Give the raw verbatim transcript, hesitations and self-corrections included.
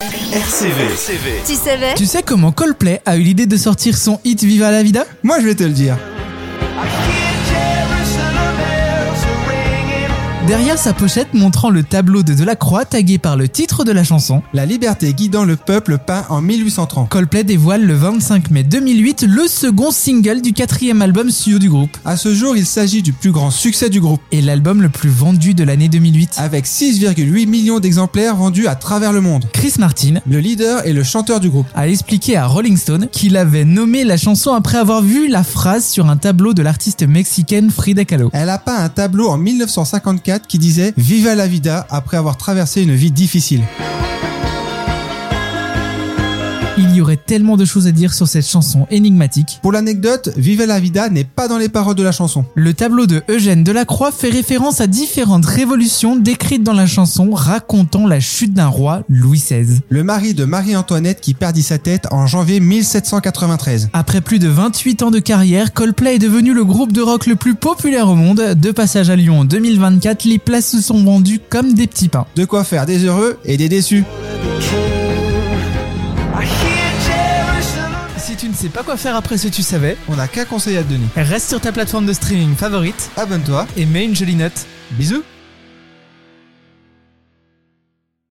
R C V. Tu savais? Tu sais comment Coldplay a eu l'idée de sortir son hit Viva la Vida? Moi je vais te le dire. Derrière sa pochette montrant le tableau de Delacroix tagué par le titre de la chanson, La liberté guidant le peuple peint en mille huit cent trente. Coldplay dévoile le vingt-cinq mai deux mille huit le second single du quatrième album studio du groupe. À ce jour, il s'agit du plus grand succès du groupe, Et l'album le plus vendu de l'année deux mille huit. avec six virgule huit millions d'exemplaires vendus à travers le monde. Chris Martin Le leader et le chanteur du groupe. a expliqué à Rolling Stone qu'il avait nommé la chanson après avoir vu la phrase sur un tableau de l'artiste mexicaine Frida Kahlo. Elle a peint un tableau en mille neuf cent cinquante-quatre qui disait « Viva la vida » après avoir traversé une vie difficile. Il y aurait tellement de choses à dire sur cette chanson énigmatique. Pour l'anecdote, « Viva la vida » n'est pas dans les paroles de la chanson. Le tableau de Eugène Delacroix fait référence à différentes révolutions décrites dans la chanson racontant la chute d'un roi, Louis seize. Le mari de Marie-Antoinette qui perdit sa tête en janvier mille sept cent quatre-vingt-treize. Après plus de vingt-huit ans de carrière, Coldplay est devenu le groupe de rock le plus populaire au monde. De passage à Lyon en deux mille vingt-quatre, les places se sont vendues comme des petits pains. De quoi faire des heureux et des déçus. Si tu ne sais pas quoi faire après ce tu savais, On n'a qu'un conseil à te donner. reste sur ta plateforme de streaming favorite Abonne-toi. et mets une jolie note. Bisous.